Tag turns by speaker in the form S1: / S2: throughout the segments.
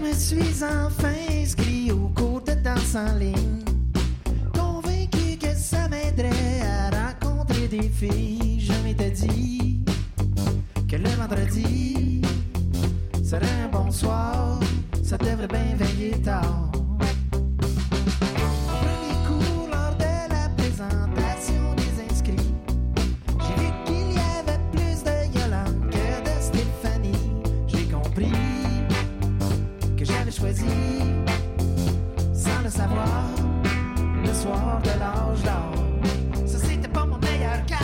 S1: me suis enfin inscrit au cours de danse en ligne, convaincu que ça m'aiderait à rencontrer des filles. Je m'étais dit que le vendredi serait un bon soir, ça devrait bien veiller tard. Premier cours lors de la présentation des inscrits, j'ai vu qu'il y avait plus de Yolande que de Stéphanie. J'ai compris que j'avais choisi, sans le savoir, le soir de l'âge d'or. Ça, c'était pas mon meilleur call.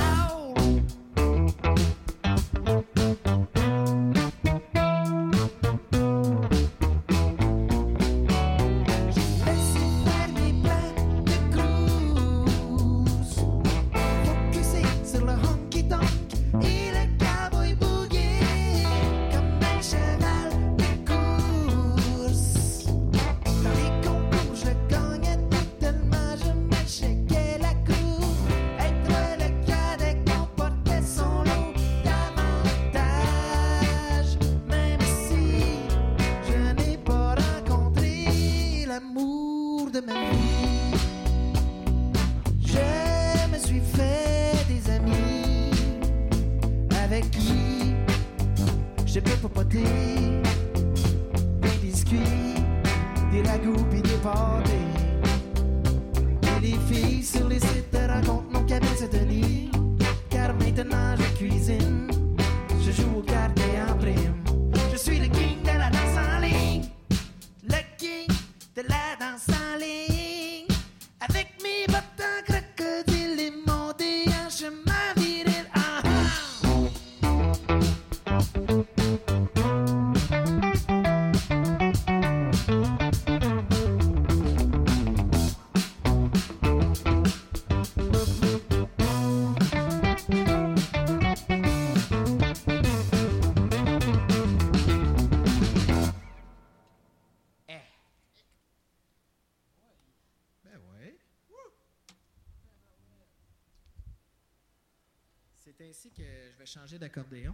S1: C'est ainsi que je vais changer d'accordéon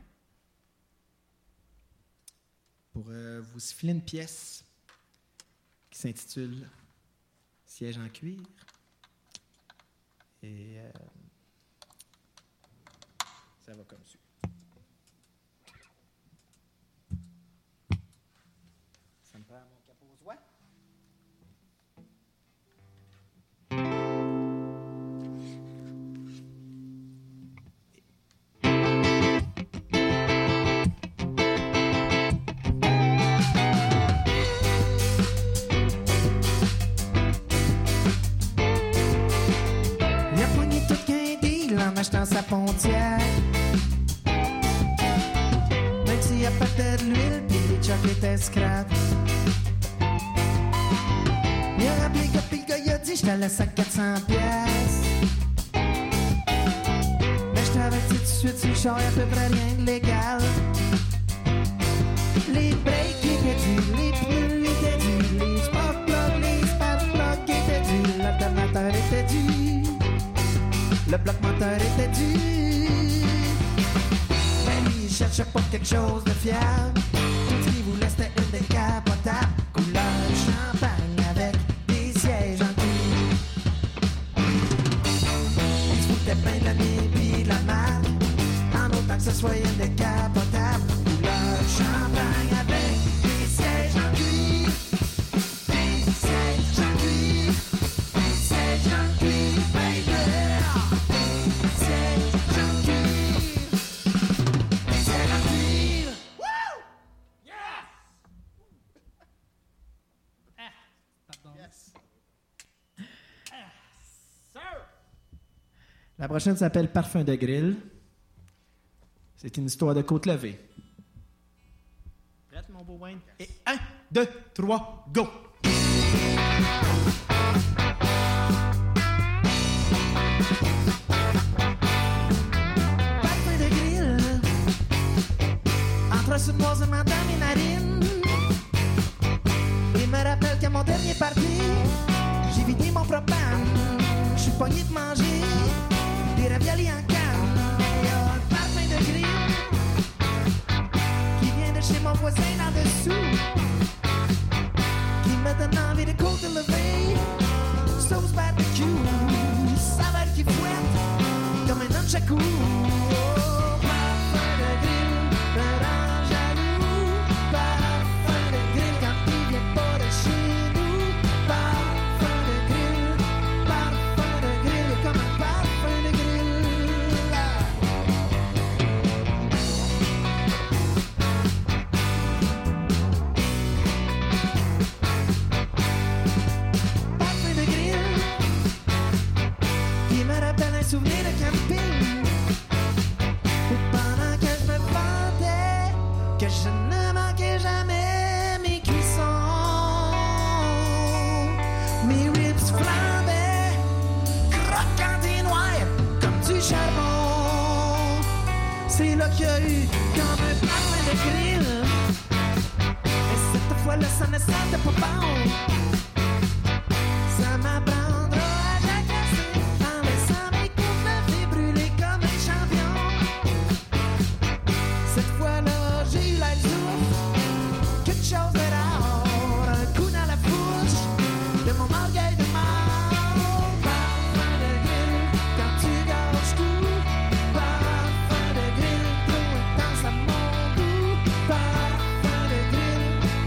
S1: pour vous siffler une pièce qui s'intitule « Siège en cuir ». Et ça va comme suit. Ça me prend mon capot aux oies. Achetant sa Pontiac, même s'il n'y a pas de l'huile pis les chocs étaient scrap. Il a rappelé que pis le gars il a dit j'te laisse à 400$. Mais je t'avais dit tout de suite sur le char y'a à peu près rien de légal. Les breaks étaient dus, les pneus étaient dus, les spark plugs étaient dus, l'alternateur était dû. Le bloc moteur était dû. Mais lui, il cherchait pas quelque chose de fiable. Tout ce qu'il voulait, c'était une décapotable couleur champagne avec des sièges en cuir. Il se foutait bien de la mie pis de la marque, en autant que ce soit une décapotable couleur champagne avec des sièges en cuir. Des sièges en cuir. Des sièges en cuir, baby. La prochaine s'appelle Parfum de grill. C'est une histoire de côte levée. Prête, mon beau Wayne? Et 1, 2, 3, go! Parfum de grill, entre sournoisement dans mes narines. Il me rappelle qu'à mon dernier party, j'ai vidé mon propane. Je suis pogné de manger des raviolis en canne. Il y a un parfum de grill qui vient de chez mon voisin d'en dessous. cou. Oh, parfum de grill me rend jaloux. Parfum de grill quand il vient pas de chez nous. Parfum de grill comme un parfum de grill. Parfum de grill qui me rappelle un souvenir de camping. Pendant que je me vantais que je ne manquais jamais mes cuissons. Mes ribs flambaient, croquants et noirs comme du charbon. C'est là qu'il y a eu comme un parfum de grill. Et cette fois-là, ça ne sentait pas bon. Ça m'apprendra à jacasser en laissant mes côtes levées brûler comme un champion. Cette fois-là, j'ai eu la souffle, quelque chose de rare, un coup dans la bouche de mon orgueil de mort. Parfum de grill quand tu gâches tout. Parfum de grill trop intense à mon goût. Parfum de grill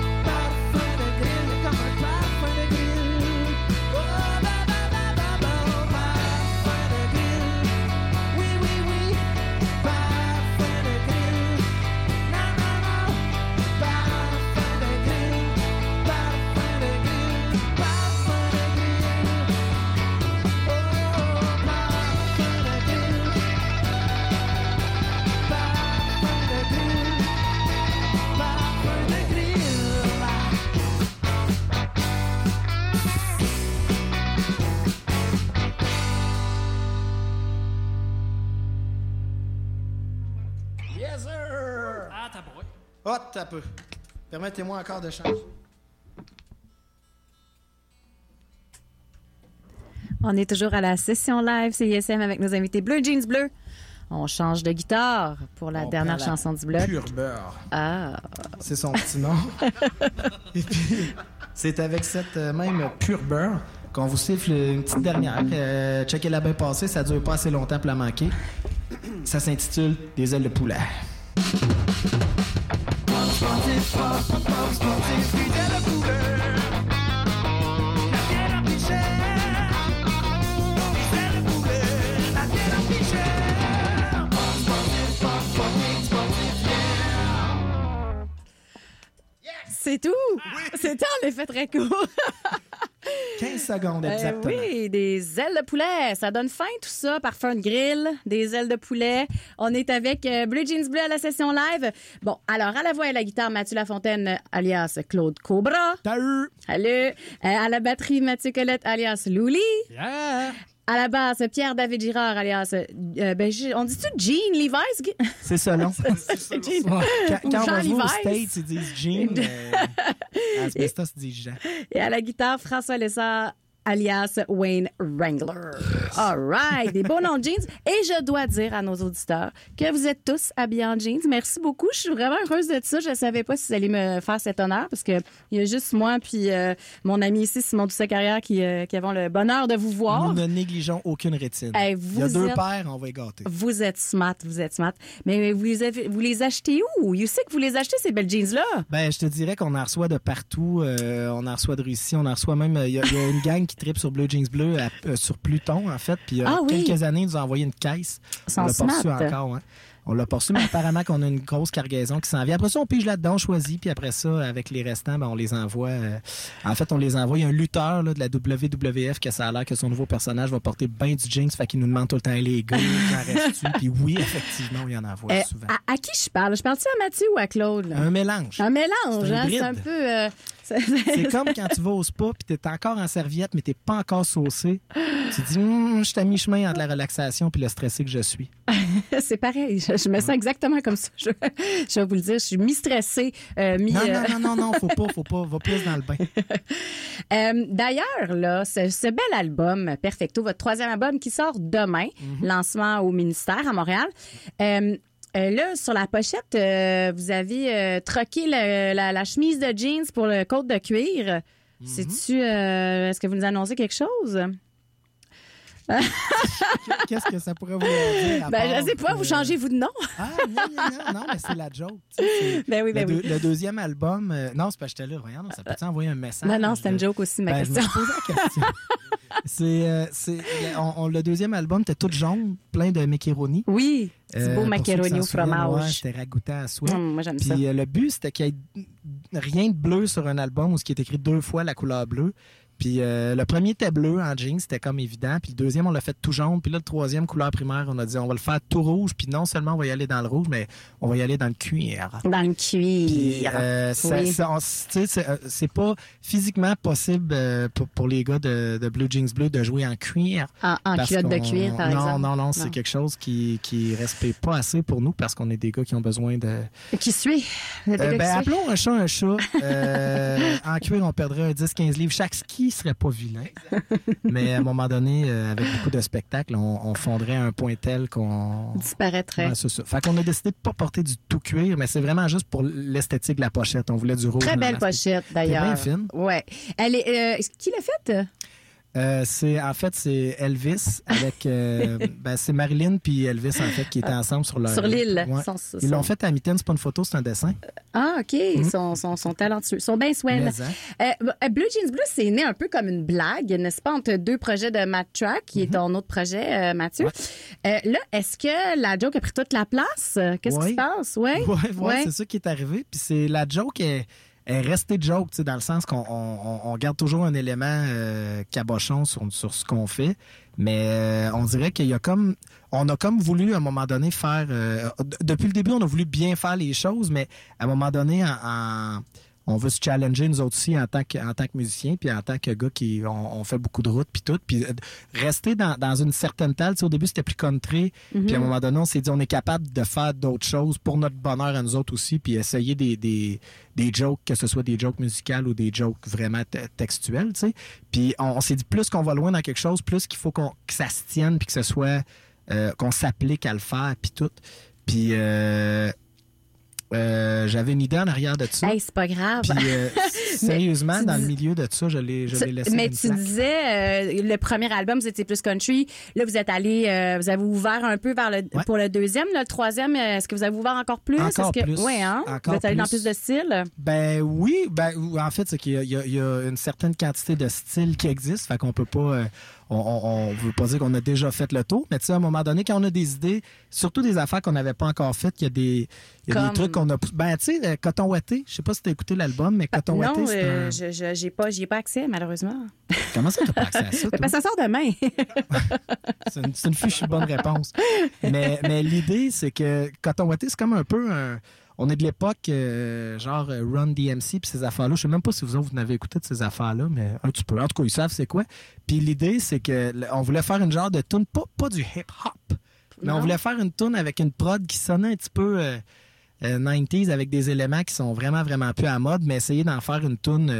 S1: comme un parfum de grill. Oh, ba ba ba ba ba, parfum de grill. Oui, oui, oui, parfum de grill. Non, non, non, parfum de grill. Parfum de grill, parfum de grill. Oh, parfum de grill. Parfum de grill. Parfum de grill. Yes, sir!
S2: Ah, t'as bruit.
S1: Oh, t'as peu. Permettez-moi encore de changer.
S3: On est toujours à la session live CISM avec nos invités Bleu Jeans Bleu. On change de guitare pour la
S1: On
S3: dernière
S1: prend la
S3: chanson du bloc.
S1: Pure beurre.
S3: Ah,
S1: C'est son petit nom. Et puis, c'est avec cette même pure beurre qu'on vous siffle une petite dernière. Checkez-la bien passée, ça dure pas assez longtemps pour la manquer. Ça s'intitule Des ailes de poulet.
S3: c'est tout. C'était en effet très court.
S1: 15 secondes exactement.
S3: Oui, des ailes de poulet. Ça donne faim tout ça. Parfum de grill, des ailes de poulet. On est avec Bleu Jeans Bleu à la session live. Bon, alors à la voix et à la guitare, Mathieu Lafontaine alias Claude Cobra.
S1: Salut!
S3: Salut. À la batterie, Mathieu Colette alias Louli.
S2: Yeah!
S3: À la basse, Pierre-David Girard alias... on dit-tu Jean Levi's?
S1: C'est ça, non?
S3: Jean.
S1: Ouais.
S3: Ou
S1: Quand on
S3: Jean
S1: va jouer aux
S3: Levi's.
S1: States, ils disent Jean, mais à Asbestos, ils disent Jean.
S3: Et à la guitare, François Lessard alias Wayne Wrangler. All right, des beaux noms de jeans. Et je dois dire à nos auditeurs que vous êtes tous habillés en jeans. Merci beaucoup. Je suis vraiment heureuse de ça. Je ne savais pas si vous alliez me faire cet honneur parce que il y a juste moi puis mon ami ici, Simon Doucet-Carrière, qui avons le bonheur de vous voir.
S1: Nous ne négligeons aucune rétine.
S3: Hey,
S1: Il y a deux paires, on va les gâter.
S3: Vous êtes smart, vous êtes smart. Mais vous les achetez où? You sais que vous les achetez, ces belles jeans-là?
S1: Ben, je te dirais qu'on en reçoit de partout. On en reçoit de Russie, on en reçoit même... Il y a une gang qui tripe sur Bleu Jeans Bleu, sur Pluton, en fait. Puis
S3: oui.
S1: quelques années, ils nous ont envoyé une caisse.
S3: Ils
S1: On
S3: sont
S1: l'a pas reçu
S3: smart.
S1: encore, hein. On l'a pas reçu, mais apparemment qu'on a une grosse cargaison qui s'en vient. Après ça, on pige là-dedans, on choisit, puis après ça, avec les restants, ben, on les envoie. En fait, on les envoie. Il y a un lutteur là, de la WWF que ça a l'air que son nouveau personnage va porter bien du jeans, fait qu'il nous demande tout le temps, les gars, j'en reste-tu? Puis oui, effectivement, il y en envoie souvent.
S3: À qui je parle? Je parle-tu à Mathieu ou à Claude? Là?
S1: Un mélange.
S3: Un mélange,
S1: C'est un
S3: hein?
S1: hybride.
S3: C'est un peu...
S1: C'est comme quand tu vas au spa puis t'es encore en serviette, mais t'es pas encore saucé. Tu te dis, je suis à mi-chemin entre la relaxation puis le stressé que je suis.
S3: c'est pareil. Je me sens exactement comme ça. Je vais vous le dire. Je suis mi-stressée,
S1: Non, faut pas. Va plus dans le bain.
S3: D'ailleurs, là, ce bel album, Perfecto, votre 3e album qui sort demain, lancement au ministère à Montréal. Là, sur la pochette, vous avez troqué la chemise de jeans pour le côte de cuir. C'est-tu... Est-ce que vous nous annoncez quelque chose?
S2: Qu'est-ce que ça pourrait vouloir dire?
S3: Je sais pas, vous changez-vous de nom?
S2: Ah, non, mais c'est la joke.
S3: Ben oui.
S2: Le deuxième album... non, c'est parce que j'étais là. Regarde, ça peut envoyer un message?
S3: Non, c'était une joke aussi, ma question.
S2: Je me suis posé la question. Le deuxième album était tout jaune, plein de macaroni.
S3: Oui, du beau macaroni au fromage.
S2: Ouais, c'était ragoûtant à souhait.
S3: Moi, j'aime ça.
S2: Puis le but, c'était qu'il y ait rien de bleu sur un album où ce qui est écrit 2 fois la couleur bleue. Puis le premier était bleu en jeans, c'était comme évident. Puis le deuxième, on l'a fait tout jaune. Puis là, le troisième, couleur primaire, on a dit on va le faire tout rouge. Puis non seulement on va y aller dans le rouge, mais on va y aller dans le cuir.
S3: Dans le cuir.
S2: Puis, c'est pas physiquement possible pour les gars de Blue Jeans Bleu de jouer en cuir.
S3: En culotte de cuir, par exemple.
S2: Non, c'est quelque chose qui respecte pas assez pour nous parce qu'on est des gars qui ont besoin de...
S3: Qui suit?
S2: Appelons un chat un chat. En cuir, on perdrait un 10-15 livres. Chaque ski serait pas vilain. Mais à un moment donné, avec beaucoup de spectacles, on fondrait un point tel qu'on...
S3: disparaîtrait.
S2: Ouais, c'est ça. Fait qu'on a décidé de pas porter du tout cuir, mais c'est vraiment juste pour l'esthétique de la pochette. On voulait du rouge.
S3: Très belle pochette, d'ailleurs.
S2: Bien fine.
S3: Ouais. Elle est... qui l'a faite?
S2: C'est Elvis avec c'est Marilyn puis Elvis en fait qui étaient ensemble sur
S3: l'île.
S2: Ouais. Ils l'ont fait à mitaine, c'est pas une photo, c'est un dessin.
S3: Ah OK, ils sont talentueux, ils sont bien swell. Blue Jeans Bleu, c'est né un peu comme une blague, n'est-ce pas, entre deux projets de Matt Track, qui est ton autre projet, Mathieu. Ouais. Là, est-ce que la joke a pris toute la place? Qu'est-ce qui se passe?
S2: Ouais, c'est ça qui est arrivé. Puis c'est la joke est restée joke, tu sais, dans le sens qu'on garde toujours un élément cabochon sur ce qu'on fait, mais on dirait on a comme voulu à un moment donné faire... depuis le début, on a voulu bien faire les choses, mais à un moment donné, on veut se challenger nous autres aussi en tant que musiciens, puis en tant que gars qui on fait beaucoup de routes, puis tout, puis rester dans une certaine taille. Tu sais, au début, c'était plus country, puis à un moment donné, on s'est dit on est capable de faire d'autres choses pour notre bonheur à nous autres aussi, puis essayer des jokes, que ce soit des jokes musicales ou des jokes vraiment textuels, tu sais. Puis on s'est dit plus qu'on va loin dans quelque chose, plus qu'il faut que ça se tienne, puis que ce soit qu'on s'applique à le faire, puis tout. Puis j'avais une idée en arrière de ça.
S3: Hey, c'est pas grave.
S2: Puis, sérieusement, dans le milieu de ça, je l'ai laissé.
S3: Mais tu disais, le premier album, vous étiez plus country. Là, vous êtes allé, vous avez ouvert un peu pour le deuxième. Là, le troisième, est-ce que vous avez ouvert encore plus?
S2: Plus.
S3: Oui, hein? Vous êtes allé dans plus de styles?
S2: Ben oui. En fait, c'est qu'il y a une certaine quantité de styles qui existent. Fait qu'on peut pas... on veut pas dire qu'on a déjà fait le tour, mais tu sais, à un moment donné, quand on a des idées, surtout des affaires qu'on n'avait pas encore faites, il y a des trucs qu'on a... Ben, tu sais, Coton Ouaté, je sais pas si t'as écouté l'album, mais Coton Ouaté, c'est
S3: j'y ai pas accès, malheureusement.
S2: Comment ça, t'as pas accès à ça?
S3: Parce que ça sort demain.
S2: c'est une fichue bonne réponse. Mais l'idée, c'est que Coton Ouaté, c'est comme un peu on est de l'époque, genre Run DMC puis ces affaires-là. Je sais même pas si vous n'avez écouté de ces affaires-là, mais un petit peu. En tout cas, ils savent c'est quoi. Puis l'idée, c'est que on voulait faire une genre de tune, pas du hip-hop, mais on voulait faire une tune avec une prod qui sonnait un petit peu 90s avec des éléments qui sont vraiment, vraiment peu à mode, mais essayer d'en faire une tune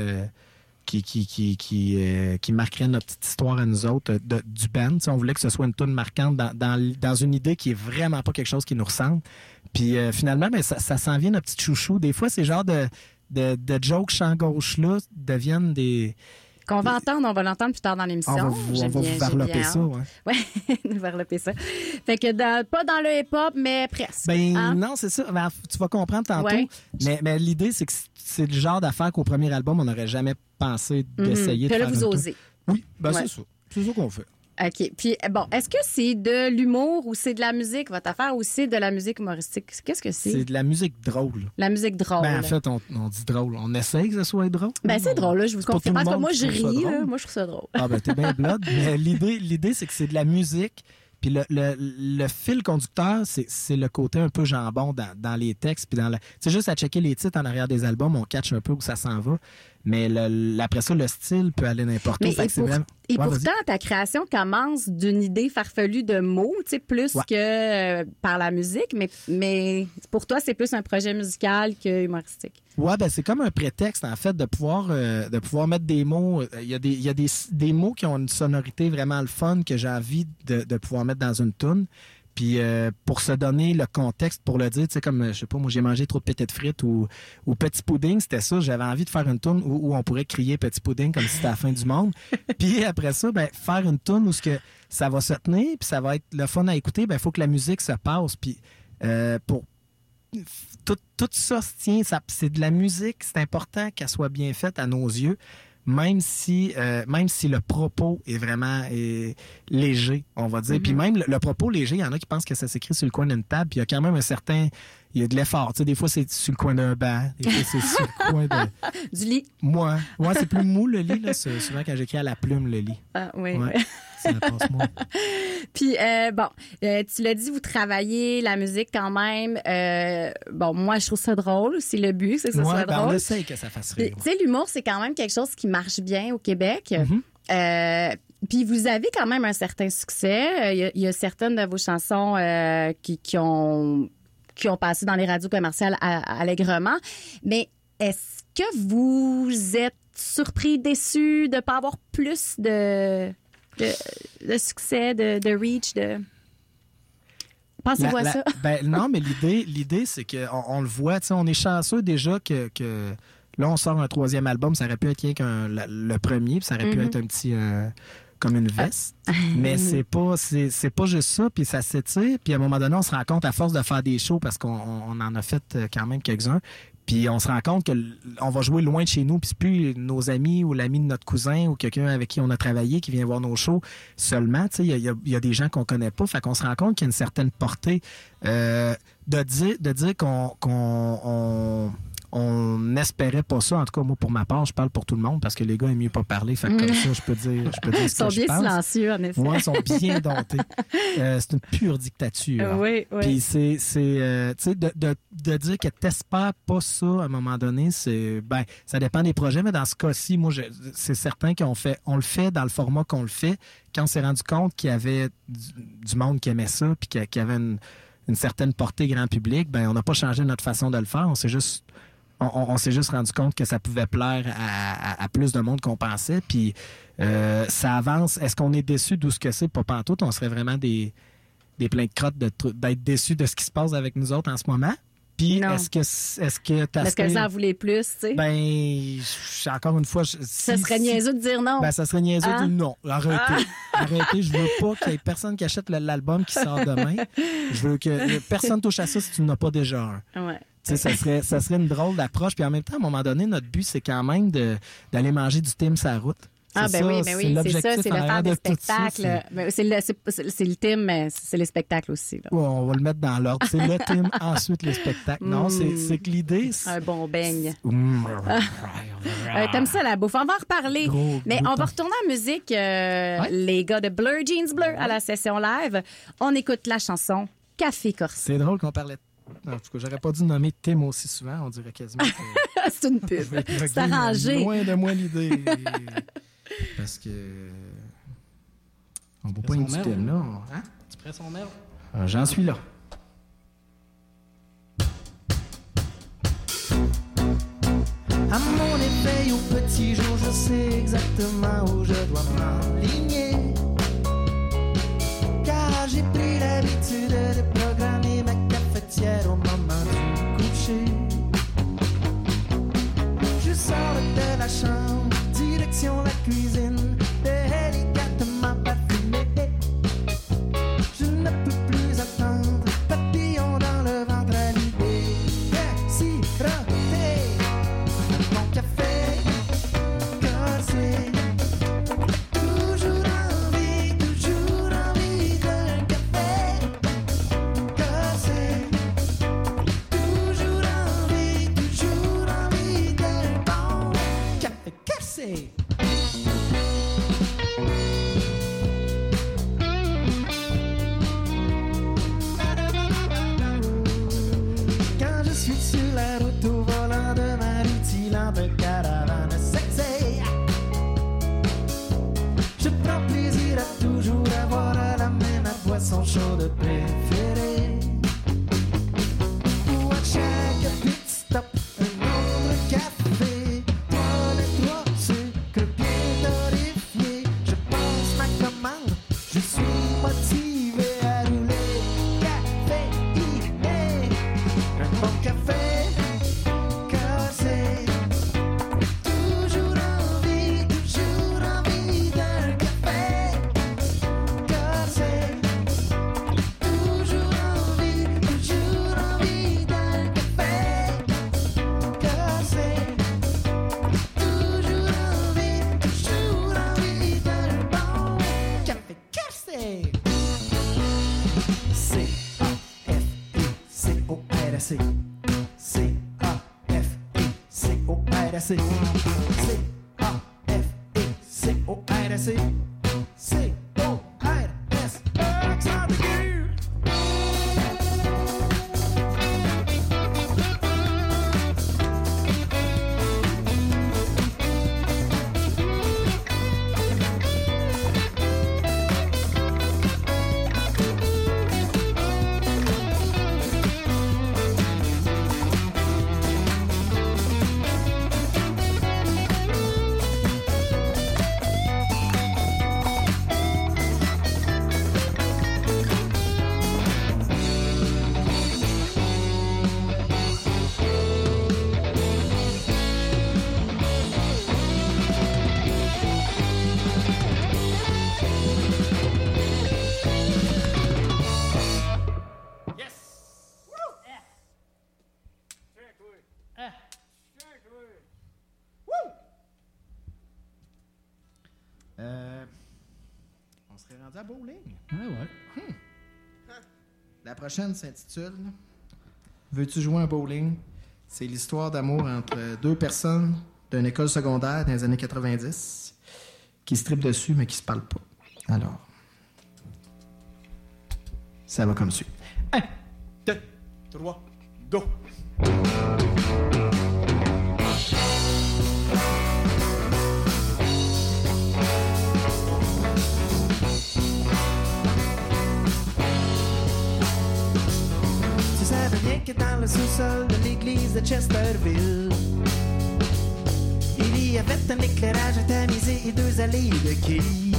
S2: qui marquerait notre petite histoire à nous autres du band. T'sais, on voulait que ce soit une tune marquante dans une idée qui est vraiment pas quelque chose qui nous ressemble. Puis finalement, ça s'en vient notre petit chouchou. Des fois, ces genres de jokes champ gauche-là deviennent des...
S3: Qu'on va entendre, on va l'entendre plus tard dans l'émission.
S2: On va vous varloper ça, ouais.
S3: Oui, nous varloper ça. Fait que pas dans le hip-hop, mais presque.
S2: Non, c'est ça. Ben, tu vas comprendre tantôt. Ouais. Mais l'idée, c'est que c'est le genre d'affaire qu'au premier album, on n'aurait jamais pensé d'essayer de faire.
S3: Puis là, vous osez.
S2: Oui, c'est ça. C'est ça qu'on fait.
S3: OK. Puis, bon, est-ce que c'est de l'humour ou c'est de la musique, votre affaire, ou c'est de la musique humoristique? Qu'est-ce que c'est?
S2: C'est de la musique drôle.
S3: La musique drôle.
S2: Ben, en fait, on dit drôle. On essaye que ce soit drôle.
S3: Ben, c'est drôle, là. Je vous confirme. Parce que moi, je ris, là. Moi, je trouve ça drôle.
S2: Ah, ben, t'es bien blood. Mais l'idée, c'est que c'est de la musique. Puis le fil conducteur, c'est le côté un peu jambon dans les textes. Puis c'est juste à checker les titres en arrière des albums, on catch un peu où ça s'en va. Mais après ça, le style peut aller n'importe où.
S3: Et pourtant, ta création commence d'une idée farfelue de mots, tu sais, plus que par la musique. Mais pour toi, c'est plus un projet musical que humoristique.
S2: Ouais, ben c'est comme un prétexte, en fait, de pouvoir mettre des mots. Il y a des mots qui ont une sonorité vraiment le fun que j'ai envie de pouvoir mettre dans une toune. Puis pour se donner le contexte, pour le dire, tu sais, comme, je sais pas, moi, j'ai mangé trop de petites frites ou petit pudding, c'était ça. J'avais envie de faire une toune où on pourrait crier petit pudding comme si c'était la fin du monde. Puis après ça, ben, faire une toune où ce que ça va se tenir, puis ça va être le fun à écouter, ben, il faut que la musique se passe. Puis pour tout ça se tient, c'est de la musique, c'est important qu'elle soit bien faite à nos yeux. Même si le propos est vraiment léger, on va dire. Puis même le propos léger, il y en a qui pensent que ça s'écrit sur le coin d'une table, puis il y a quand même il y a de l'effort. Tu sais, des fois, c'est sur le coin d'un banc, des fois, c'est sur le coin
S3: du lit.
S2: Moi, c'est plus mou, le lit. Là. C'est souvent quand j'écris à la plume, le lit.
S3: Ah, oui.
S2: Ouais, ça passe moins.
S3: Puis, tu l'as dit, vous travaillez la musique quand même. Moi, je trouve ça drôle. C'est le but, c'est que ça soit drôle.
S2: On essaye que ça fasse rire.
S3: Tu sais, l'humour, c'est quand même quelque chose qui marche bien au Québec. Puis vous avez quand même un certain succès. Il y a certaines de vos chansons qui ont passé dans les radios commerciales allègrement. Mais est-ce que vous êtes surpris, déçus de ne pas avoir plus de succès, de reach, Pensez-vous à ça?
S2: Non, mais l'idée, c'est qu'on le voit. On est chanceux déjà que là, on sort un 3e album. Ça aurait pu être rien qu'un le premier, puis ça aurait pu être un petit... comme une veste. Mais c'est pas juste ça, puis ça s'étire. Puis à un moment donné, on se rend compte, à force de faire des shows, parce qu'on en a fait quand même quelques-uns, puis on se rend compte qu'on va jouer loin de chez nous, puis c'est plus nos amis ou l'ami de notre cousin ou quelqu'un avec qui on a travaillé qui vient voir nos shows seulement. Il y a des gens qu'on connaît pas. Fait qu'on se rend compte qu'il y a une certaine portée de dire qu'on n'espérait pas ça. En tout cas, moi, pour ma part, je parle pour tout le monde parce que les gars aiment mieux pas parler. Fait que comme ça, je peux dire ce que je pense.
S3: Ils sont bien silencieux, en effet.
S2: Moi, ils sont bien domptés. C'est une pure dictature.
S3: Oui.
S2: Puis tu sais, de dire que t'espères pas ça à un moment donné, ça dépend des projets, mais dans ce cas-ci, moi, c'est certain qu'on le fait dans le format qu'on le fait. Quand on s'est rendu compte qu'il y avait du monde qui aimait ça, puis qu'il y avait une certaine portée grand public, on n'a pas changé notre façon de le faire. On s'est juste rendu compte que ça pouvait plaire à plus de monde qu'on pensait. Puis ça avance. Est-ce qu'on est déçu d'où ce que c'est? Pas pantoute. On serait vraiment des pleins de crottes d'être déçus de ce qui se passe avec nous autres en ce moment. Puis est-ce que t'as...
S3: Est-ce que vous en voulez plus, tu sais?
S2: Encore une fois...
S3: ça serait niaiseux de dire non.
S2: Ça serait niaiseux de dire non. Arrêtez. Je veux pas qu'il y ait personne qui achète l'album qui sort demain. Je veux que personne touche à ça si tu n'en as pas déjà un.
S3: Ouais.
S2: Ça serait une drôle d'approche. Puis en même temps, à un moment donné, notre but, c'est quand même d'aller manger du Tim sur la route.
S3: Oui, c'est ça, c'est le faire des spectacles. C'est le Tim, mais c'est les spectacles aussi. Là.
S2: Ouais, on va le mettre dans l'ordre. C'est le Tim, ensuite les spectacles. Non, c'est que l'idée...
S3: Un bon beigne. T'aimes ça, la bouffe. On va en reparler. Mais on va retourner en musique, les gars de Blur Jeans Bleu à la session live. On écoute la chanson Café Corsé.
S2: C'est drôle qu'on parlait en tout cas, j'aurais pas dû nommer Tim aussi souvent. On dirait quasiment que...
S3: C'est une pub. C'est arrangé.
S2: Loin de moi l'idée. Parce que... On ne boit pas une Tim, là. Hein?
S4: Tu prends son merde?
S2: J'en suis là.
S1: À mon éveil au petit jour, je sais exactement où je dois m'aligner. Car j'ai pris l'habitude de programmer ma cafetière au moment du coucher. Je sors de la chambre, direction la cuisine, délicatement parfumée. Je ne peux plus attendre, papillon dans le ventre à l'idée de siroter mon café corsé. Toujours envie d'un café corsé. Toujours envie d'un bon café corsé. Quand je suis sur la route au volant de ma rutilante caravane sexy, je prends plaisir à toujours avoir à la main ma boisson chaude préférée. Ou à chaque pit stop, un autre café, 3 et 3 sucres bien torréfiés. Je passe ma commande, je suis motivé à rouler C-O-R-A-C. C-A-F-E-C-O-R-A-C. C-O-R-S. Accent aigu.
S2: On serait rendu à bowling.
S4: Ouais.
S2: La prochaine s'intitule Veux-tu jouer un bowling? C'est l'histoire d'amour entre deux personnes d'une école secondaire dans les années 90 qui se trippent dessus mais qui se parlent pas. Alors, ça va comme suit.
S1: 1, 2, 3, go! Tu savais bien que dans le sous-sol de l'église de Chesterville, il y avait un éclairage tamisé et 2 allées de quilles.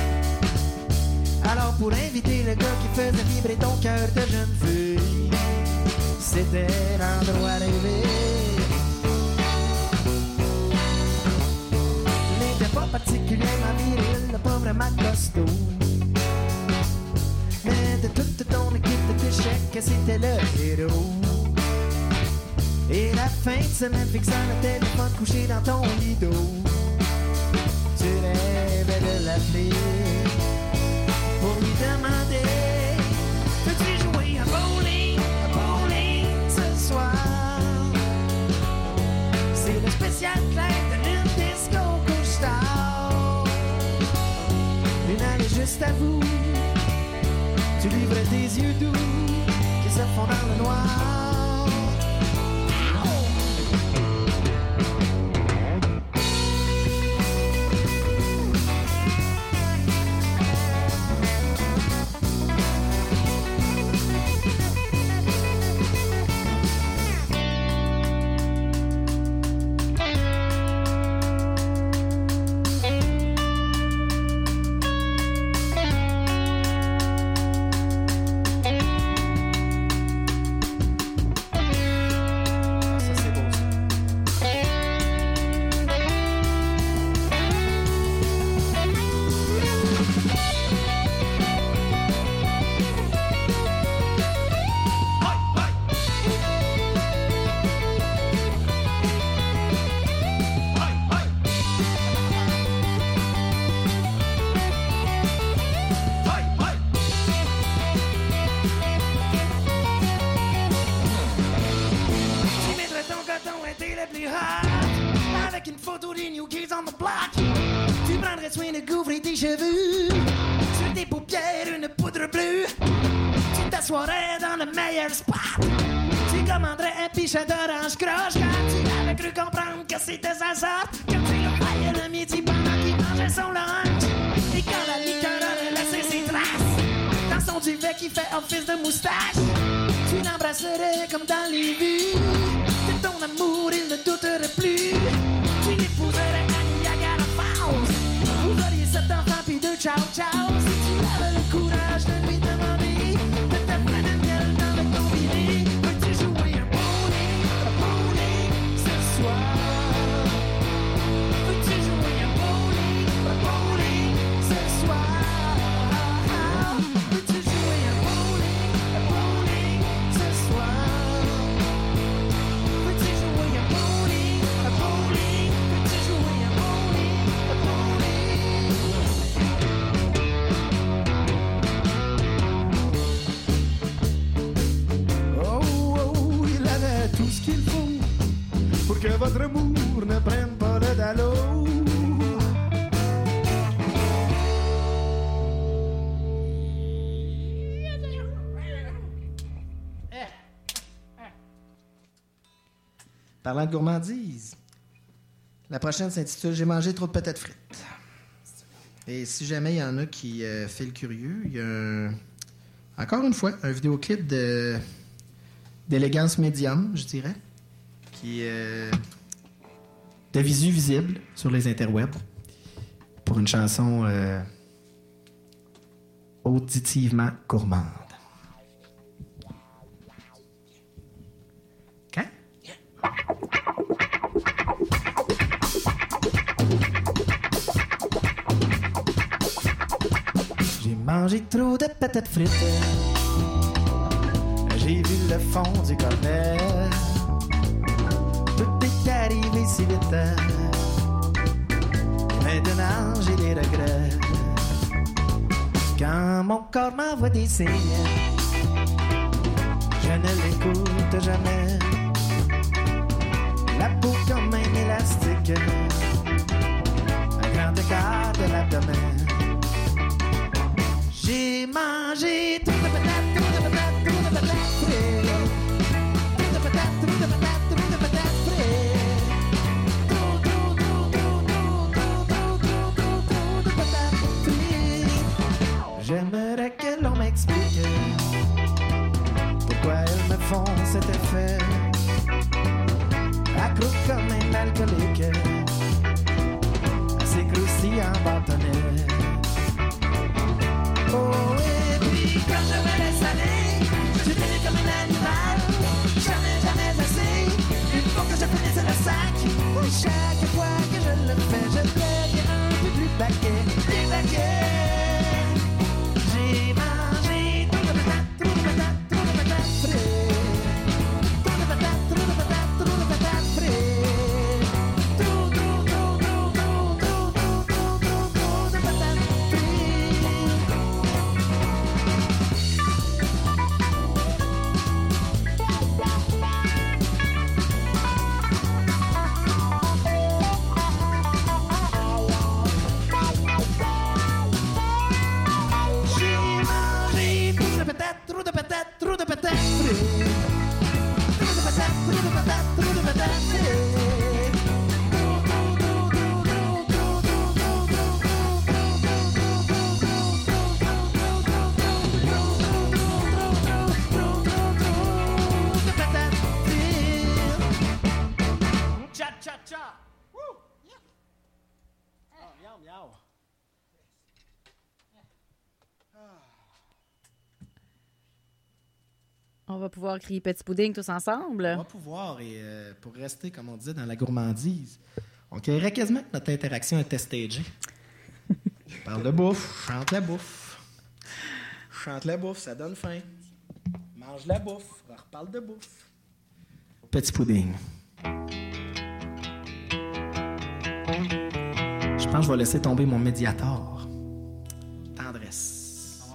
S1: Alors pour inviter le gars qui faisait vibrer ton cœur de jeune fille, c'était l'endroit rêvé. Il n'était pas particulièrement viril, pas vraiment costaud, mais de toute ton équipe de d'échecs, c'était le héros. Et la fin de semaine fixant le téléphone couché dans ton lido, tu rêvais de l'appeler pour lui demander: peux-tu jouer à bowling ce soir? C'est le spécial Claire de l'une disco couche-tard. Une allée juste à vous, tu livres tes yeux doux qui se font dans le noir. Avec une photo des New Kids on the Block, tu prendrais soin de couvrir tes cheveux, sur tes paupières une poudre bleue, tu t'assoirais dans le meilleur spot, tu commanderais un pichet d'orange croche quand tu avais cru comprendre que c'était sa sorte, quand tu le voyais le midi pendant qu'il mangeait son lunch, et quand la liqueur aurait laissé ses traces dans son duvet qui fait office de moustache, tu l'embrasserais comme dans les vues. Ton amour, il ne douterait plus. Tu l'épouserais à Niagara Falls. Vous auriez 7 enfants puis 2 ciao ciao. Si tu avais le courage de lui demander de te prendre de miel dans le combiné, veux-tu jouer un bowling ce soir? Veux-tu jouer un bowling ce soir? Veux-tu jouer un bowling ce soir? Veux-tu jouer un bowling
S2: Parlant de gourmandise, la prochaine s'intitule « J'ai mangé trop de patates frites ». Et si jamais il y en a qui fait le curieux, il y a encore une fois un vidéoclip d'élégance médium, je dirais, qui est de visu visible sur les interwebs pour une chanson auditivement gourmande. OK? J'ai mangé trop de patates frites. J'ai vu le fond du cornet. Tout est arrivé si vite. Maintenant j'ai des regrets. Quand mon corps m'envoie des signes, je ne l'écoute jamais. La peau comme un élastique, un grand écart de l'abdomen. J'ai mangé trop de patates, trop de patates, trop de patates frites. Trop de patates, trop de patates, trop de patates frites. Trop de patates frites. J'aimerais que l'on m'explique pourquoi elles me font cet effet. Accro comme un alcoolique, assez croustillant bâtonnet. Oh, et puis quand je me laisse aller, je deviens comme un animal. Jamais, jamais assez. Il faut que je finisse le sac. Chaque fois que je le fais, je deviens un peu plus baquet. Des baquets. J'ai mangé trop de patates, trop de patates, trop de patates frites. Trop de patates, trop de patates, trop de patates frites. Trop de patates frites. J'ai mangé trop de patates, trop de patates, trop de patates frites. Trop de patates, trop de patates, trop de patates frites. De patates frites. Cha cha cha. Woo! Oh, miaou miaou.
S3: On va pouvoir crier petit pudding tous ensemble.
S2: On va pouvoir, et pour rester, comme on disait, dans la gourmandise, on dirait quasiment que notre interaction était stagée. Je parle de bouffe, je chante la bouffe. Je chante la bouffe, ça donne faim. Mange la bouffe, on reparle de bouffe. Petit pudding. Je pense que je vais laisser tomber mon médiator. Tendresse.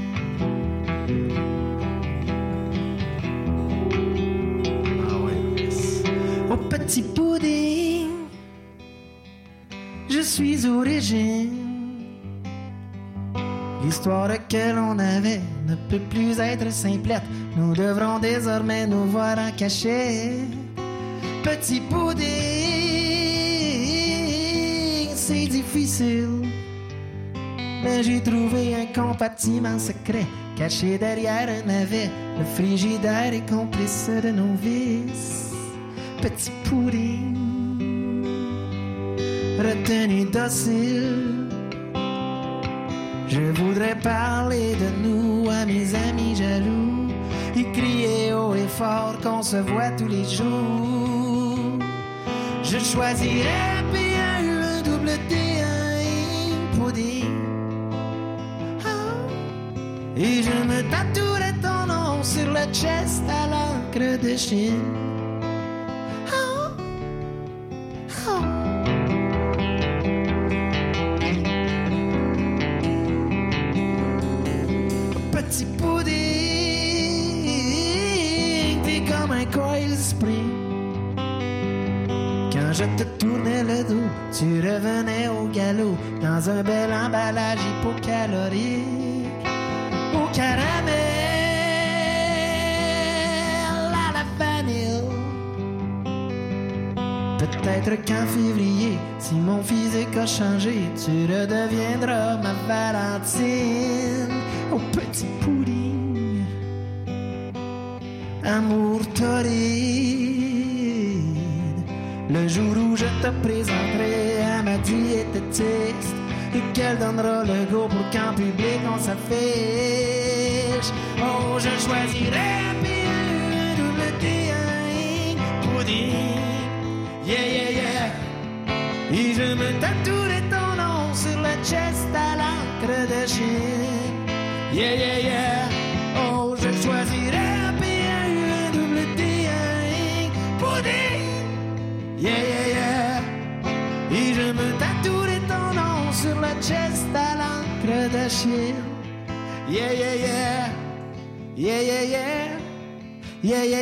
S2: Au petit pudding, je suis au régime. L'histoire que l'on avait ne peut plus être simplette. Nous devrons désormais nous voir en cachette. Petit pudding, c'est difficile. Mais j'ai trouvé un compartiment secret caché derrière un navet. Le frigidaire est complice de nos vices. Petit pudding, retenu docile. Je voudrais parler de nous à mes amis jaloux et crier haut et fort qu'on se voit tous les jours. Je choisirais P1U, un double D, un pudding. Et je me tatouerais ton nom sur le chest à l'encre de Chine. Petit pudding, t'es comme un coil spring. Quand je te tournais le dos, tu revenais au galop dans un bel emballage hypocalorique. Au caramel, à la vanille,
S1: peut-être qu'en février, si mon physique a changé, tu redeviendras ma Valentine. Au petit pudding, amour torride. Le jour où je te présenterai à ma diététiste et qu'elle donnera le go pour qu'en public on s'affiche. Oh, je choisirai P-E-double-T-I pudding. Yeah, yeah, yeah. Et je me tatouerai ton nom sur le chest à l'encre de Chine. Yeah, yeah, yeah. Oh, je choisirai P-E-double-T-I pudding. Yeah, yeah, yeah. Et je me tatouerai ton nom sur le chest à l'encre de Chine. Yeah, yeah, yeah. Yeah, yeah, yeah. Yeah, yeah,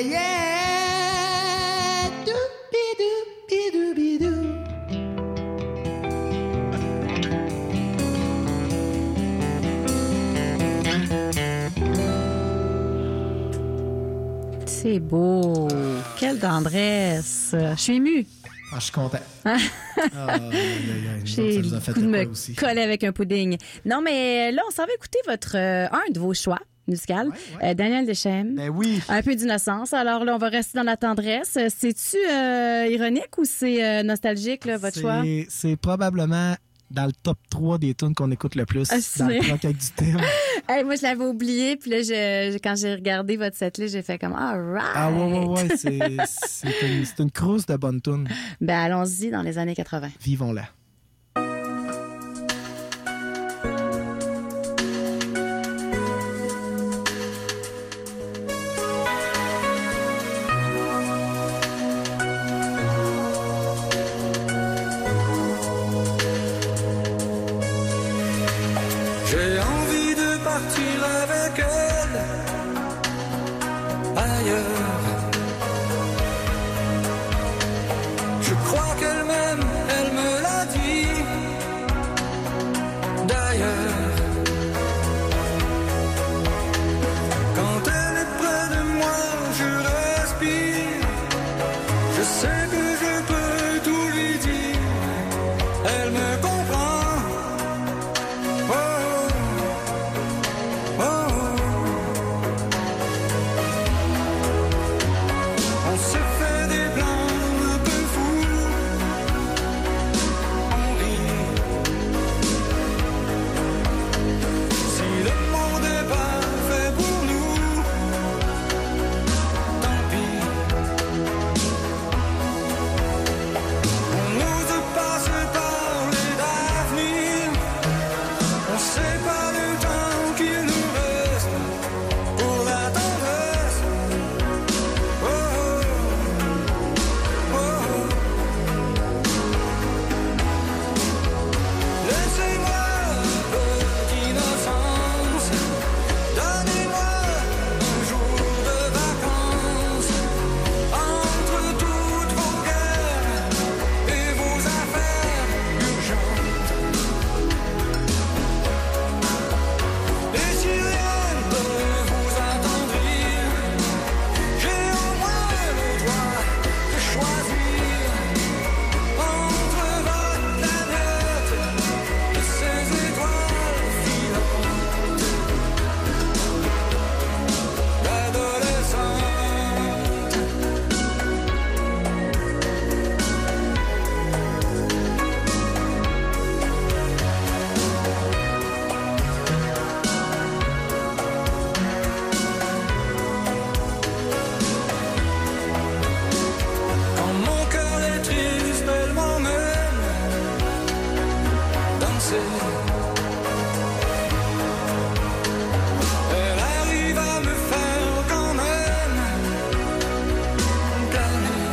S1: yeah. Doobie-doobie-doobie-doo.
S3: C'est beau. Quelle tendresse. Je suis émue.
S2: Ah, je suis content.
S3: J'ai le goût de me
S2: aussi.
S3: coller avec un pudding. Non, mais là, on s'en va écouter votre un de vos choix musical, Daniel Deschêmes.
S2: Ben oui.
S3: Un peu d'innocence. Alors là, on va rester dans la tendresse. C'est-tu ironique ou c'est nostalgique, là, votre choix?
S2: C'est probablement dans le top 3 des tunes qu'on écoute le plus dans le rock avec du thème.
S3: Hey, moi, je l'avais oublié. Puis là, quand j'ai regardé votre setlist, j'ai fait comme « All right! »
S2: Ah ouais. C'est une cruise de bonnes tunes.
S3: Ben, allons-y dans les années 80.
S2: Vivons-la.
S4: J'ai envie de partir avec elle ailleurs. Je crois qu'elle m'aime, elle me l'a dit. D'ailleurs, quand elle est près de moi, je respire. Je sais que je peux tout lui dire. Elle me comprend. On se fait des plans un peu fous, on rit. Si le monde est pas fait pour nous, tant pis. On n'ose pas se parler d'avenir, on sait pas le temps qu'il nous reste pour la tendresse. Oh, oh, oh. Laissez-moi un peu d'innocence, donnez-moi un jour de vacances, entre toutes vos guerres et vos affaires urgentes. Et si rien ne peut vous attendrir, j'ai au moins le droit de choisir entre votre planète et ses étoiles filantes. L'adolescente. Quand mon cœur est triste, elle m'emmène danser. Elle arrive à me faire quand même planer.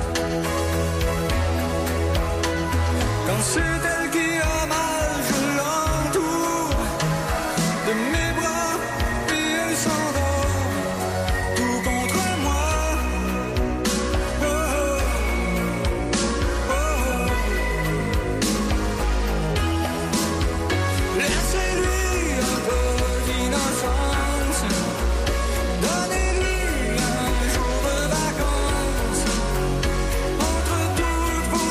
S4: Quand c'est elle qui a mal, je l'entoure de mes bras et elle s'endort tout contre moi. Oh, oh, oh. Laissez-lui un peu d'innocence, donnez-lui un jour de vacances, entre toutes vos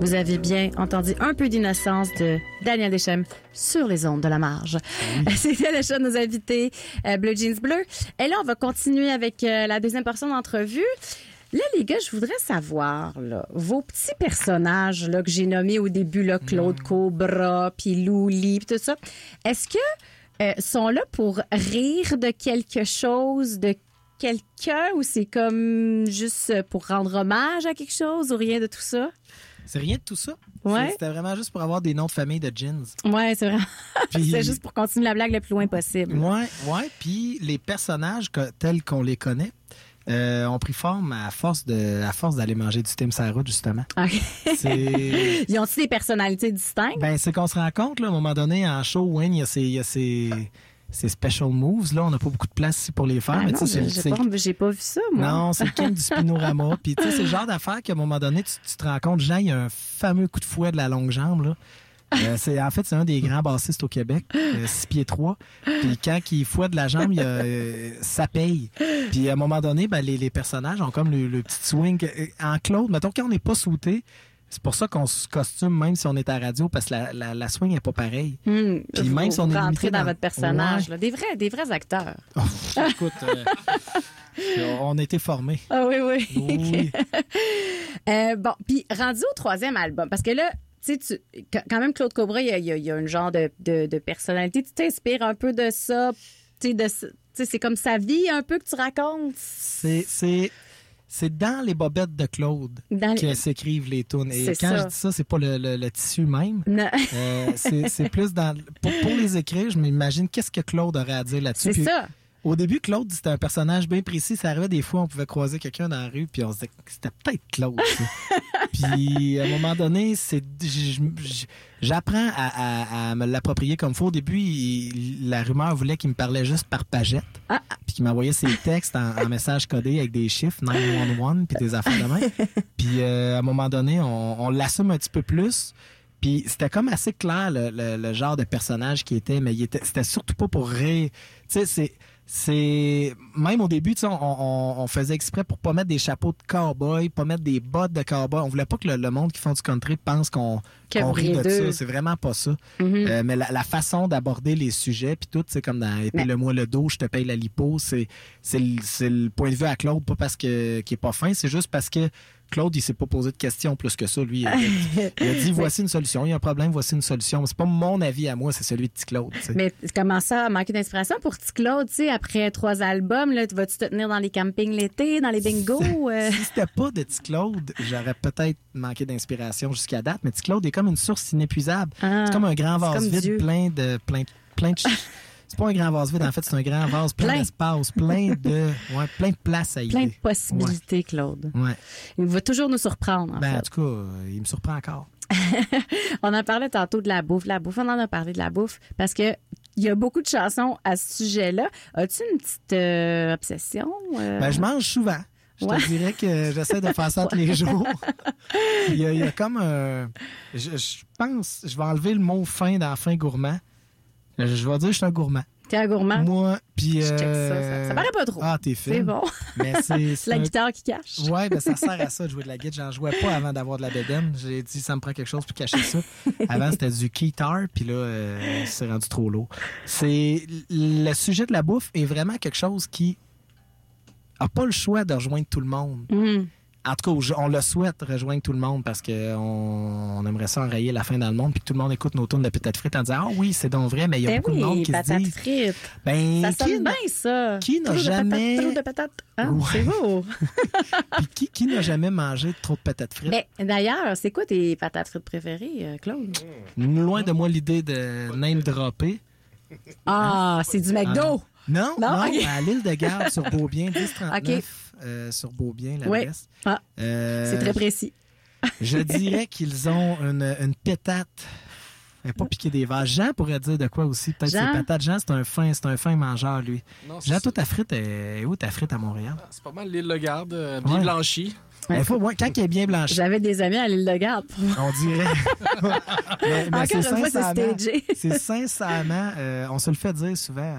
S3: Vous avez bien entendu un peu d'innocence de Daniel Deschamps sur les ondes de la marge. C'était le choix de nos invités Bleu Jeans Bleu. Et là, on va continuer avec la deuxième portion d'entrevue. Là, les gars, je voudrais savoir, là, vos petits personnages là, que j'ai nommés au début, là, Claude Cobra, puis Louli, puis tout ça, est-ce que sont là pour rire de quelque chose, de quelqu'un, ou c'est comme juste pour rendre hommage à quelque chose, ou rien de tout ça?
S2: C'est rien de tout ça.
S3: Ouais.
S2: C'était vraiment juste pour avoir des noms de famille de jeans.
S3: Ouais, c'est vrai.
S2: Puis-
S3: C'est juste pour continuer la blague le plus loin possible.
S2: Ouais. Puis les personnages tels qu'on les connaît ont pris forme à force d'aller manger du Tim Sarah, justement.
S3: OK.
S2: C'est...
S3: Ils ont-ils des personnalités distinctes?
S2: Ben, c'est qu'on se rend compte, là, à un moment donné, en show, Wayne, il y a ces special moves. Là, on n'a pas beaucoup de place ici pour les faire.
S3: Ah
S2: mais
S3: non,
S2: tu sais,
S3: j'ai pas vu ça, moi.
S2: Non, c'est le king du spinorama. Puis, tu sais, c'est le genre d'affaire qu'à un moment donné, tu te rends compte, Jean, il y a un fameux coup de fouet de la longue jambe, là. C'est un des grands bassistes au Québec, 6 pieds 3. Puis quand il fouette de la jambe, ça paye. Puis à un moment donné, ben, les personnages ont comme le petit swing. En Claude, mettons, quand on n'est pas sauté, c'est pour ça qu'on se costume même si on est à radio, parce que la swing n'est pas pareille. Puis même si on est
S3: rentré
S2: limité
S3: dans votre personnage,
S2: Ouais.
S3: là. Des vrais acteurs.
S2: Oh, écoute, on a été formés.
S3: Ah oui.
S2: Oui.
S3: Bon, puis rendu au troisième album, parce que là, tu sais, quand même, Claude Cobra, il y a un genre de personnalité. Tu t'inspires un peu de ça. Tu sais, c'est comme sa vie un peu que tu racontes.
S2: C'est dans les bobettes de Claude que s'écrivent les tunes. Et
S3: C'est
S2: quand
S3: ça.
S2: je dis ça, c'est pas le tissu même.
S3: Non.
S2: C'est plus dans... Pour les écrire, je m'imagine qu'est-ce que Claude aurait à dire là-dessus.
S3: C'est
S2: Puis,
S3: ça.
S2: Au début, Claude, c'était un personnage bien précis. Ça arrivait des fois, on pouvait croiser quelqu'un dans la rue, puis on se disait que c'était peut-être Claude. ça. Puis, à un moment donné, j'apprends à me l'approprier comme faut. Au début, la rumeur voulait qu'il me parlait juste par pagette, puis qu'il m'envoyait ses textes en message codé avec des chiffres, 911, puis des affaires de même. Puis, à un moment donné, on l'assume un petit peu plus. Puis c'était comme assez clair le genre de personnage qui était, mais c'était surtout pas pour rire. Tu sais, c'est même au début, tu sais, on faisait exprès pour pas mettre des chapeaux de cowboy, pas mettre des bottes de cowboy. On voulait pas que le monde qui font du country pense qu'on rit de ça. C'est vraiment pas ça. Mais la façon d'aborder les sujets, puis tout, c'est comme dans Épile-moi le dos, je te paye la lipo, c'est le point de vue à Claude, pas parce que qu'il est pas fin, c'est juste parce que Claude, il s'est pas posé de questions plus que ça. Lui, il a dit, voici une solution. Il y a un problème, voici une solution. C'est pas mon avis à moi, c'est celui de Petit Claude. T'sais.
S3: Mais comment ça, manquer d'inspiration pour Petit Claude, tu sais, après 3 albums, là, vas-tu te tenir dans les campings l'été, dans les bingos?
S2: Si c'était pas de Petit Claude, j'aurais peut-être manqué d'inspiration jusqu'à date, mais Petit Claude est comme une source inépuisable. C'est comme un grand vase vide plein de c'est pas un grand vase vide, en fait, c'est un grand vase plein d'espace, plein de place à idée.
S3: Plein de possibilités, Claude.
S2: Ouais.
S3: Il va toujours nous surprendre, en fait.
S2: En tout cas, il me surprend encore.
S3: On en parlait tantôt de la bouffe. On en a parlé de la bouffe parce que il y a beaucoup de chansons à ce sujet-là. As-tu une petite obsession?
S2: Je mange souvent. Je te dirais que j'essaie de faire ça tous les jours. Il y a comme un... Je pense, je vais enlever le mot fin dans fin gourmand. Je vais dire que je suis un gourmand.
S3: T'es un gourmand?
S2: Moi, puis...
S3: Je check ça paraît pas trop.
S2: Ah, t'es fine.
S3: C'est bon.
S2: Mais c'est
S3: la guitare qui cache.
S2: Ouais, ben ça sert à ça de jouer de la guitare. J'en jouais pas avant d'avoir de la bédaine. J'ai dit, ça me prend quelque chose pour cacher ça. Avant, c'était du guitar, puis là, c'est rendu trop lourd. Le sujet de la bouffe est vraiment quelque chose qui a pas le choix de rejoindre tout le monde. En tout cas, on le souhaite rejoindre tout le monde parce qu'on aimerait ça enrayer la faim dans le monde puis que tout le monde écoute nos tunes de patates frites en disant « Ah oui, c'est donc vrai, mais il y a beaucoup de monde qui se disent... »
S3: frites.
S2: Ben,
S3: ça sonne bien, ça.
S2: Qui n'a jamais...
S3: Trop de patates. Ah,
S2: Ouais.
S3: c'est beau.
S2: Puis qui n'a jamais mangé trop de patates frites?
S3: Mais d'ailleurs, c'est quoi tes patates frites préférées, Claude?
S2: Loin de moi l'idée de name dropper.
S3: Ah, c'est du McDo.
S2: Non,
S3: OK.
S2: à l'île de Garde sur Beaubien, 1039 sur Beaubien, l'adresse.
S3: Oui. C'est très précis.
S2: Je dirais qu'ils ont une pétate. Elle n'est pas piquée des vaches. Jean pourrait dire de quoi aussi. Peut-être
S3: Jean?
S2: ses patates. Jean, c'est un fin mangeur, lui.
S5: Non,
S2: Jean, toi, ta frite est où ta frite à Montréal?
S5: C'est pas mal l'île de Garde, bien blanchie.
S2: Quand elle est bien blanchie.
S3: J'avais des amis à l'île de Garde.
S2: On dirait. mais
S3: Encore une fois, c'est stagé.
S2: C'est sincèrement, on se le fait dire souvent.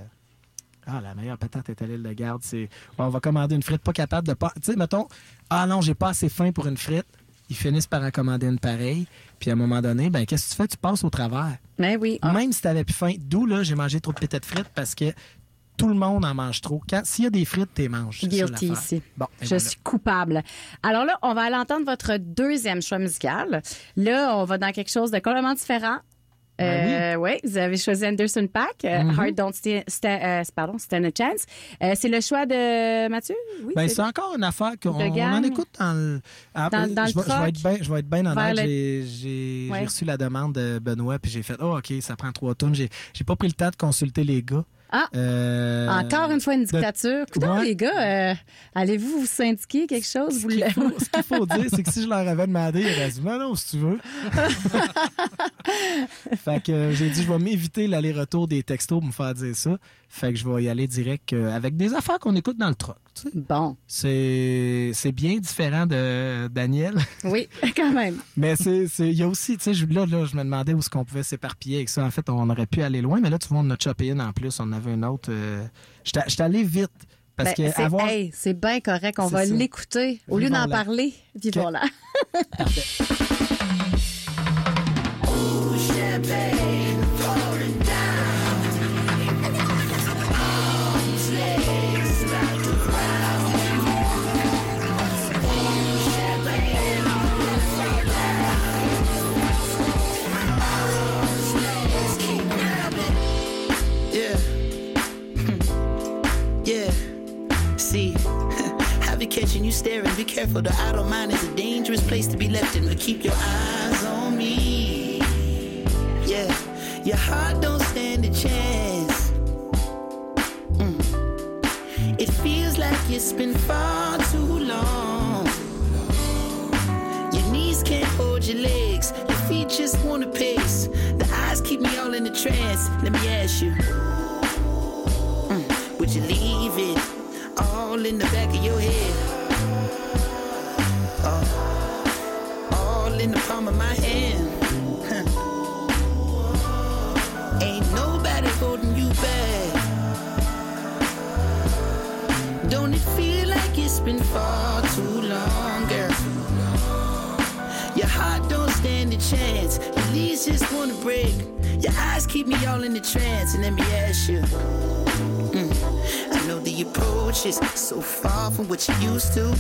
S2: La meilleure patate est à l'île de Garde. On va commander une frite pas capable de pas. Tu sais, mettons, non, j'ai pas assez faim pour une frite. ils finissent par en commander une pareille. Puis à un moment donné, ben qu'est-ce que tu fais? Tu passes au travers.
S3: Mais oui.
S2: Même si tu n'avais plus faim. D'où, là, j'ai mangé trop de pétettes frites parce que tout le monde en mange trop. S'il y a des frites, tu les manges. C'est ça,
S3: Guilty
S2: l'affaire.
S3: ici.
S2: Bon, et
S3: Je
S2: voilà.
S3: suis coupable. Alors là, on va aller entendre votre deuxième choix musical. Là, on va dans quelque chose de complètement différent. Oui, vous avez choisi Anderson .Paak, Heart Don't Stand a Chance. C'est le choix de Mathieu? Oui,
S2: Ben, c'est encore une affaire qu'on
S3: de
S2: on
S3: gang.
S2: en écoute dans le.
S3: Dans le
S2: je vais être bien honnête.
S3: Vers le-
S2: J'ai
S3: Ouais.
S2: reçu la demande de Benoît, puis j'ai fait OK, ça prend 3 tonnes. J'ai pas pris le temps de consulter les gars.
S3: Ah! Encore une fois, une dictature. Coudonc,
S2: Ouais.
S3: les gars, allez-vous vous syndiquer quelque chose?
S2: Ce qu'il faut dire, c'est que si je leur avais demandé, ils auraient dit non, si tu veux. Fait que j'ai dit, je vais m'éviter l'aller-retour des textos pour me faire dire ça. Fait que je vais y aller direct avec des affaires qu'on écoute dans le truck. Tu sais.
S3: Bon,
S2: C'est bien différent de Daniel.
S3: oui, quand même.
S2: Mais il y a aussi, tu sais, je me demandais où est-ce qu'on pouvait s'éparpiller avec ça. En fait, on aurait pu aller loin, mais là, tu vois, on en a chopé une en plus. On en avait une autre. J'étais allé vite. Parce
S3: Ben,
S2: que
S3: c'est bien correct. On
S2: C'est
S3: va
S2: ça.
S3: l'écouter au lieu d'en
S2: Vivons-la.
S3: parler. Vivons-la.
S6: Yeah. Yeah. See, I'll be catching you staring. Be careful, the idle mind is a dangerous place to be left in. But keep your eyes on me. Yeah, your heart don't stand a chance. It feels like it's been far too long. Your knees can't hold your legs. Your feet just wanna pace. The eyes keep me all in a trance. Let me ask you. Would you leave it all in the back of your head? All in the palm of my hand. Ain't nobody holding you back. Don't it feel like it's been far too long, girl? Your heart don't stand a chance. Your knees just wanna break. Your eyes keep me all in the trance. And let me ask you. I know the approach is so far from what you used to.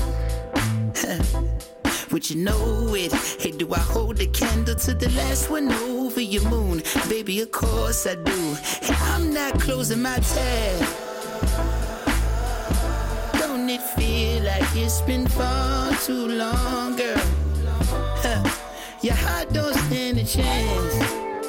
S6: Would you know it? Hey, do I hold the candle to the last one over your moon? Baby, of course I do. Hey, I'm not closing my tab. Don't it feel like it's been far too long, girl? Your heart don't stand a chance.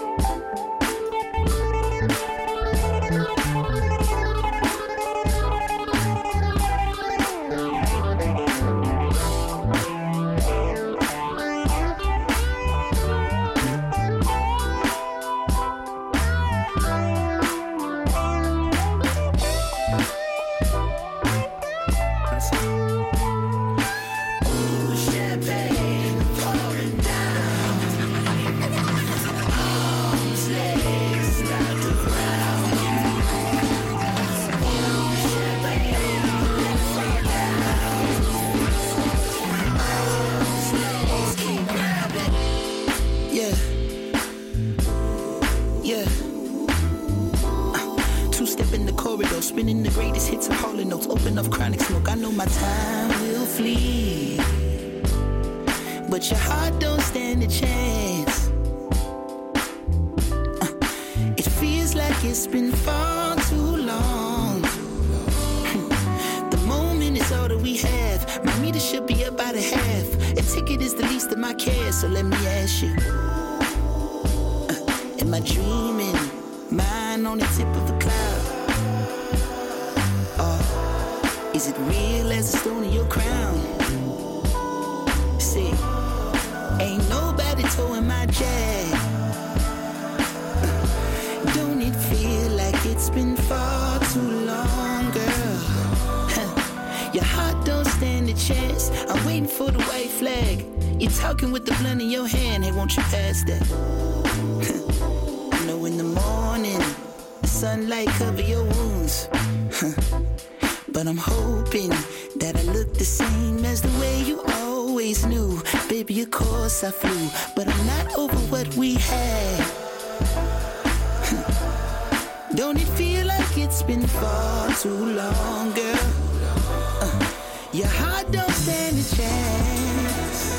S6: Spinning the greatest hits of Hall & Oates. Open up chronic smoke. I know my time will flee, but your heart don't stand a chance. It feels like it's been far too long. The moment is all that we have. My meter should be up by the half. A ticket is the least of my cares. So let me ask you, am I dreaming? Mine on the tip of a cloud. Is it real as a stone in your crown? See, ain't nobody towing my jag. Don't it feel like it's been far too long, girl? Your heart don't stand a chance. I'm waiting for the white flag. You're talking with the blunt in your hand. Hey, won't you pass that? I know in the morning, the sunlight cover your wounds. But I'm hoping that I look the same as the way you always always knew. Baby, of course I flew, but I'm not over what we had. Don't it feel like it's been far too long, girl? Your heart don't stand a chance.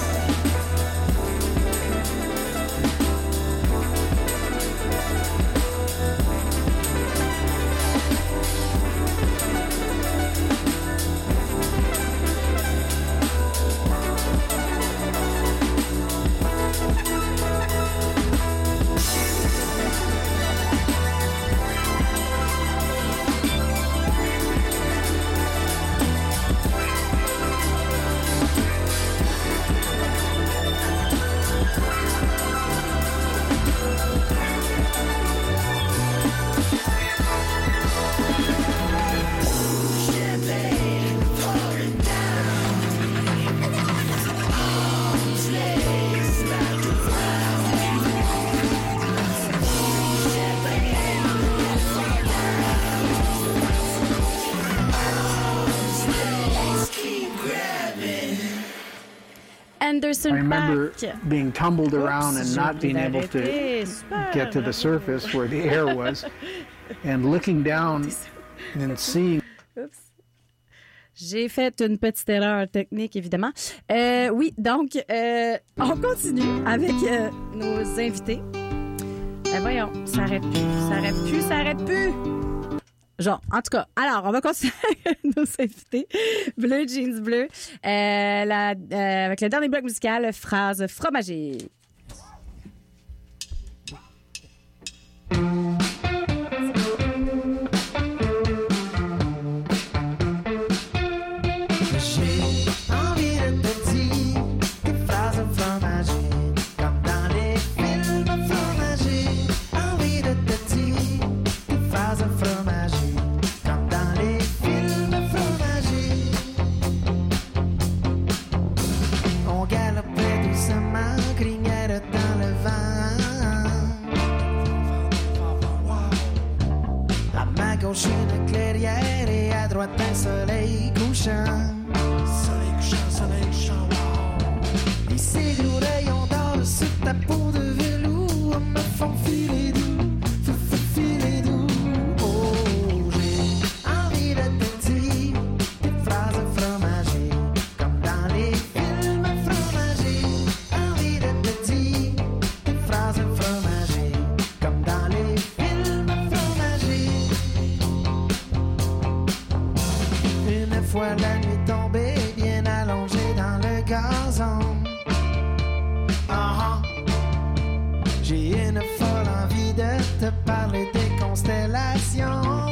S3: Anderson
S7: I remember
S3: Paak.
S7: being tumbled around and not being able to
S3: Super.
S7: get to the surface where the air was, and looking down and seeing.
S3: Oups. J'ai fait une petite erreur technique, évidemment. Oui, donc, on continue avec nos invités. Voyons, ça arrête plus. Genre, en tout cas, alors, on va continuer avec nos invités. Bleu Jeans Bleu, avec le dernier bloc musical, Phrase fromagée.
S1: Une clairière et à droite un soleil couchant. Soleil couchant, wow. Et ces gros rayons d'or sur ta peau de velours me font filer doux, filer doux. Oh, j'ai envie de te dire des phrases fromagées, comme dans les films fromagés. Envie de te dire des phrases fromagées, comme dans les films fromagés. Une fois la nuit tombée, bien allongée dans le gazon. J'ai une folle envie de te parler des constellations.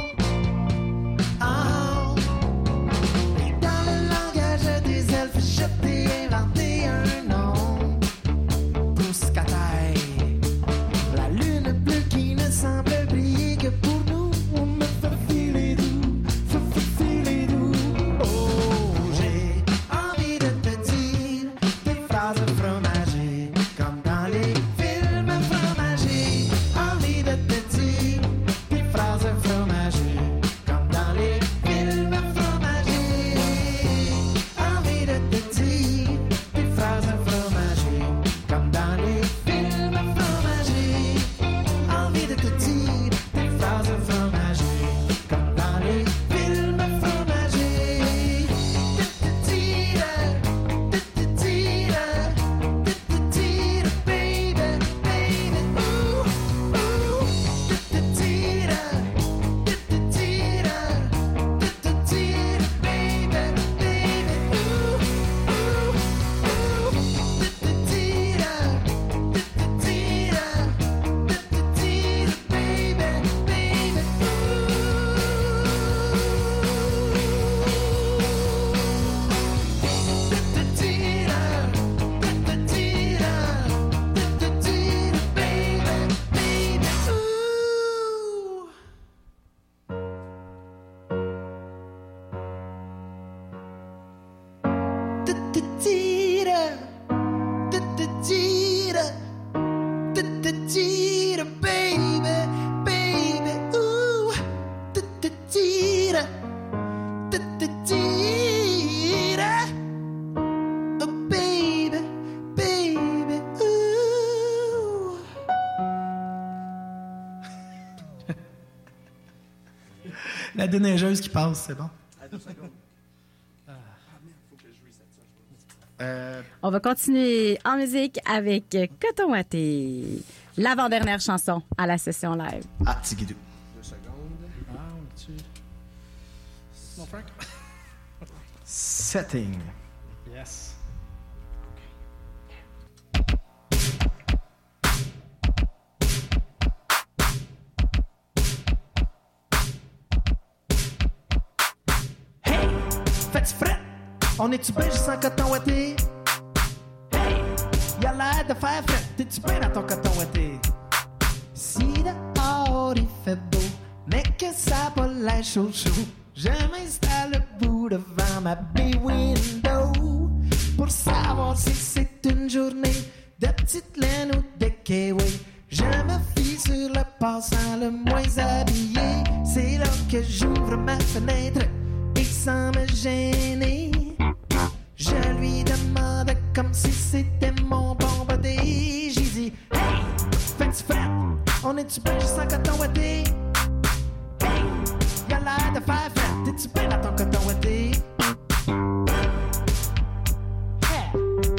S1: Et dans le langage des elfes, je t'ai inventé un nom. Pousse-Cataille, la lune bleue qui ne semble briller que pour nous. On me fait filer doux, filer doux. Oh, j'ai envie de te dire des phrases fromagées, comme dans les films fromagés. Envie de te dire des phrases fromagées.
S2: La déneigeuse qui passe, c'est bon.
S3: On va continuer en musique avec Coton Watté. L'avant-dernière chanson à la session live.
S2: Ah, Tigidou.
S5: 2 secondes. Ah, on est-tu... Mon Frank?
S2: Setting.
S5: Yes.
S1: Hey, fais-tu fret? On est-tu bien juste en coton watté? Hey, y'a l'air de faire fret. T'es-tu bien dans ton coton watté? Si dehors il fait beau, mais que ça a pas l'air chaud, je m'installe debout devant ma bay window pour savoir si c'est une journée de petite laine ou de kiwi. Je me fie sur le passant le moins habillé. C'est là que j'ouvre ma fenêtre et sans me gêner, je lui demande comme si c'était mon bon body. J'ai dit, hey, fais-tu fret? On est-tu bien juste en coton watté? Hey, y'a l'air de faire fret. T'es-tu bien dans ton coton watté? Hey.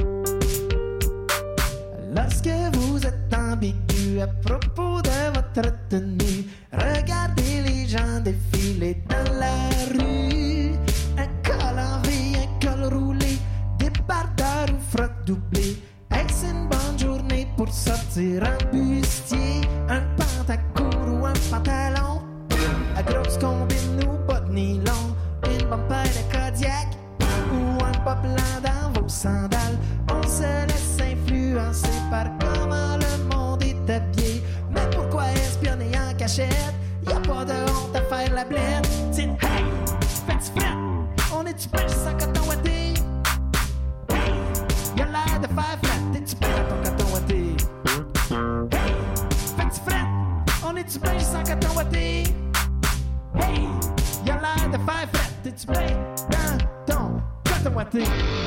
S1: Lorsque vous êtes ambigu à propos de votre tenue, regardez les gens défiler dans la rue. Un col en V, un col roulé, débardeur ou froc doublé. Est-ce une bonne journée pour sortir en bustier? Un pantacourt ou un pantalon à grosse combine ou pas de nylon? Une bonne paire de Kodiak ou un pas blanc dans vos sandales? On se laisse influencer par comment le monde est habillé. Mais pourquoi espionner en cachette? Y'a pas de honte à faire la blette. Dites, hey, fais-tu fret? On est-tu bien juste en coton watté? Hey, y'a l'air de faire fret. T'es-tu bien dans ton coton watté? Hey, fais-tu fret? On est-tu bien juste en coton watté? Hey, y'a l'air de faire fret. T'es-tu bien dans ton coton watté?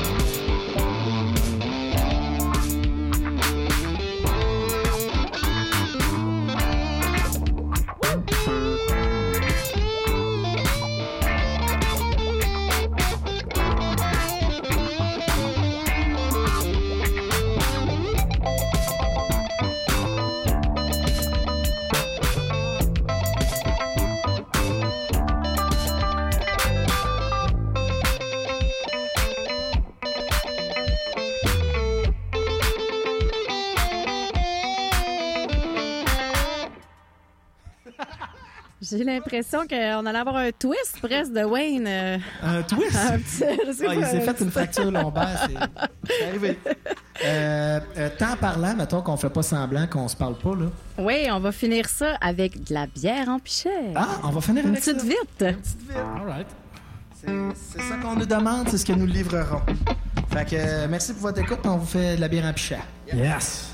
S3: J'ai l'impression qu'on allait avoir un twist presque de Wayne.
S2: Un twist?
S3: Un petit- je sais
S2: Ah, il
S3: pas,
S2: s'est
S3: un
S2: fait
S3: petit
S2: une
S3: peu.
S2: fracture lombaire, c'est arrivé. Tant parlant, mettons qu'on fait pas semblant qu'on se parle pas, là.
S3: Oui, on va finir ça avec de la bière en pichet.
S2: Ah, on va finir
S3: Une
S2: avec ça.
S3: petite vite.
S5: All right.
S2: C'est ça qu'on nous demande, c'est ce que nous livrerons. Fait que merci pour votre écoute, on vous fait de la bière en pichet.
S5: Yes.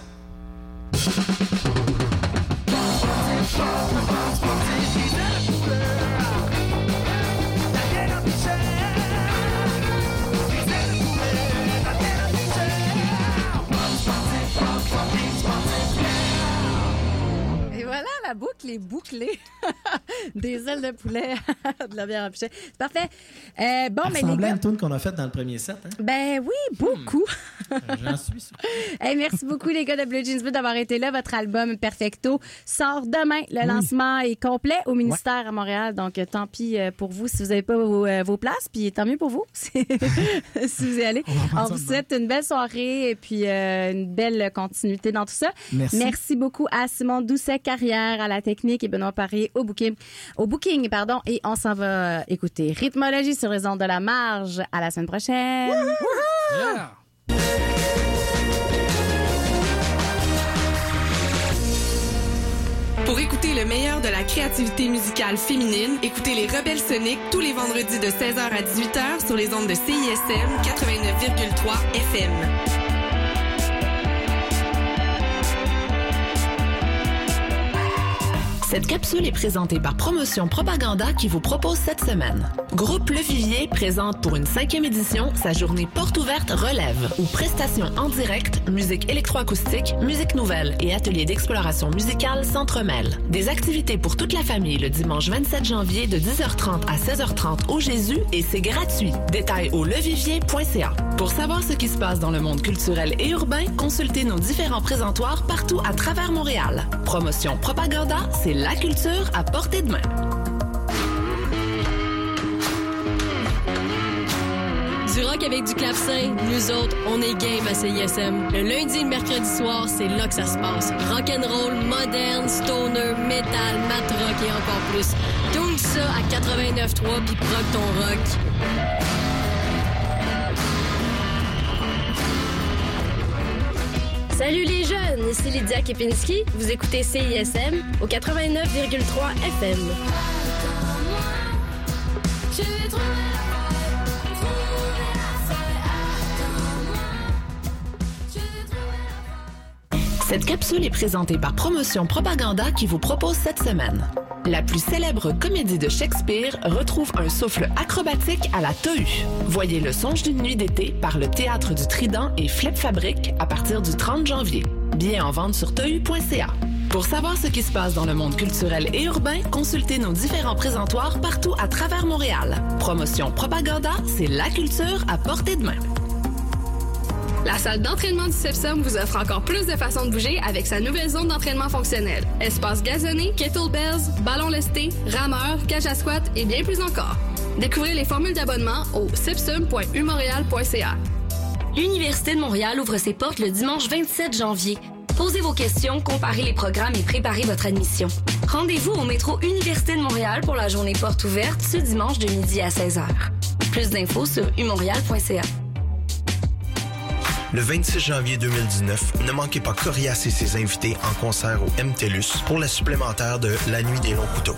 S3: Et voilà, la boucle est bouclée. Des ailes de poulet, de la bière en pichet. C'est parfait. Bon, mais les
S2: Ressemblait à
S3: gars...
S2: une tune qu'on a faite dans le premier set. Hein?
S3: Ben oui, beaucoup.
S2: J'en suis sûr.
S3: Hey, merci beaucoup, les gars de Blue Jeans Bleu, d'avoir été là. Votre album Perfecto sort demain. Le lancement est complet au ministère à Montréal. Donc, tant pis pour vous si vous n'avez pas vos places. Puis, tant mieux pour vous si vous y allez. On vous souhaite une belle soirée et puis une belle continuité dans tout ça.
S2: Merci.
S3: Beaucoup à Simon Doucet-Carrière, à la technique et Benoît Paré au booking. Et on s'en va écouter Rythmologie sur les ondes de la marge. À la semaine prochaine.
S5: Yeah.
S8: Pour écouter le meilleur de la créativité musicale féminine, écoutez les Rebelles Soniques tous les vendredis de 16h à 18h sur les ondes de CISM 89,3 FM.
S9: Cette capsule est présentée par Promotion Propaganda qui vous propose cette semaine. Groupe Le Vivier présente pour une 5e édition sa journée porte ouverte relève, où prestations en direct, musique électroacoustique, musique nouvelle et ateliers d'exploration musicale s'entremêlent. Des activités pour toute la famille le dimanche 27 janvier de 10h30 à 16h30 au Jésus et c'est gratuit. Détails au levivier.ca. Pour savoir ce qui se passe dans le monde culturel et urbain, consultez nos différents présentoirs partout à travers Montréal. Promotion Propaganda, c'est la culture à portée de main.
S10: Du rock avec du clavecin, nous autres, on est game à CISM. Le lundi et le mercredi soir, c'est là que ça se passe. Rock'n'roll, moderne, stoner, metal, mat rock et encore plus. Tout ça à 89.3 puis proc ton rock. Salut les jeunes, ici Lydia Kepinski. Vous écoutez CISM au 89,3 FM.
S9: Cette capsule est présentée par Promotion Propaganda qui vous propose cette semaine. La plus célèbre comédie de Shakespeare retrouve un souffle acrobatique à la Tohu. Voyez Le Songe d'une nuit d'été par le Théâtre du Trident et Flip Fabrique à partir du 30 janvier. Billets en vente sur tohu.ca. Pour savoir ce qui se passe dans le monde culturel et urbain, consultez nos différents présentoirs partout à travers Montréal. Promotion Propaganda, c'est la culture à portée de main.
S8: La salle d'entraînement du CEPSOM vous offre encore plus de façons de bouger avec sa nouvelle zone d'entraînement fonctionnel. Espace gazonné, kettlebells, ballons lestés, rameurs, cage à squat et bien plus encore. Découvrez les formules d'abonnement au cepsum.umontréal.ca.
S10: L'Université de Montréal ouvre ses portes le dimanche 27 janvier. Posez vos questions, comparez les programmes et préparez votre admission. Rendez-vous au métro Université de Montréal pour la journée porte ouverte ce dimanche de midi à 16h. Plus d'infos sur umontréal.ca.
S11: Le 26 janvier 2019, ne manquez pas Corias et ses invités en concert au MTELUS pour la supplémentaire de La Nuit des Longs Couteaux.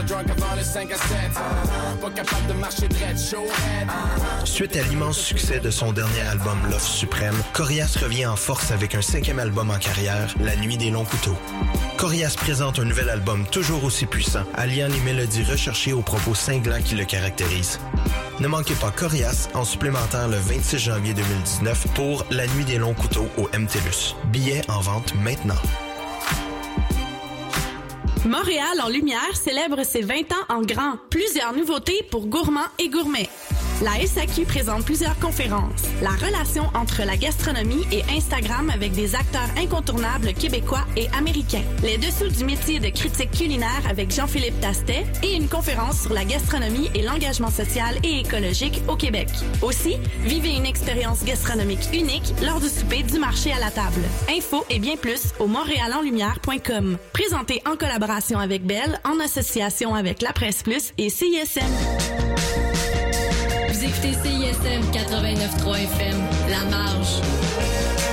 S11: Suite à l'immense succès de son dernier album Love Suprême, Corias revient en force avec un 5e album en carrière, La Nuit des Longs Couteaux. Corias présente un nouvel album toujours aussi puissant, alliant les mélodies recherchées aux propos cinglants qui le caractérisent. Ne manquez pas Corias en supplémentaire le 26 janvier 2019 pour La Nuit des Longs Couteaux au MTELUS. Billets en vente maintenant.
S12: Montréal en lumière célèbre ses 20 ans en grand. Plusieurs nouveautés pour gourmands et gourmets. La SAQ présente plusieurs conférences. La relation entre la gastronomie et Instagram avec des acteurs incontournables québécois et américains. Les dessous du métier de critique culinaire avec Jean-Philippe Tastet et une conférence sur la gastronomie et l'engagement social et écologique au Québec. Aussi, vivez une expérience gastronomique unique lors du souper du marché à la table. Info et bien plus au montréalenlumière.com. Présenté en collaboration avec Bell, en association avec La Presse Plus et CISM.
S10: Vous écoutez CISM 89.3 FM, La Marge.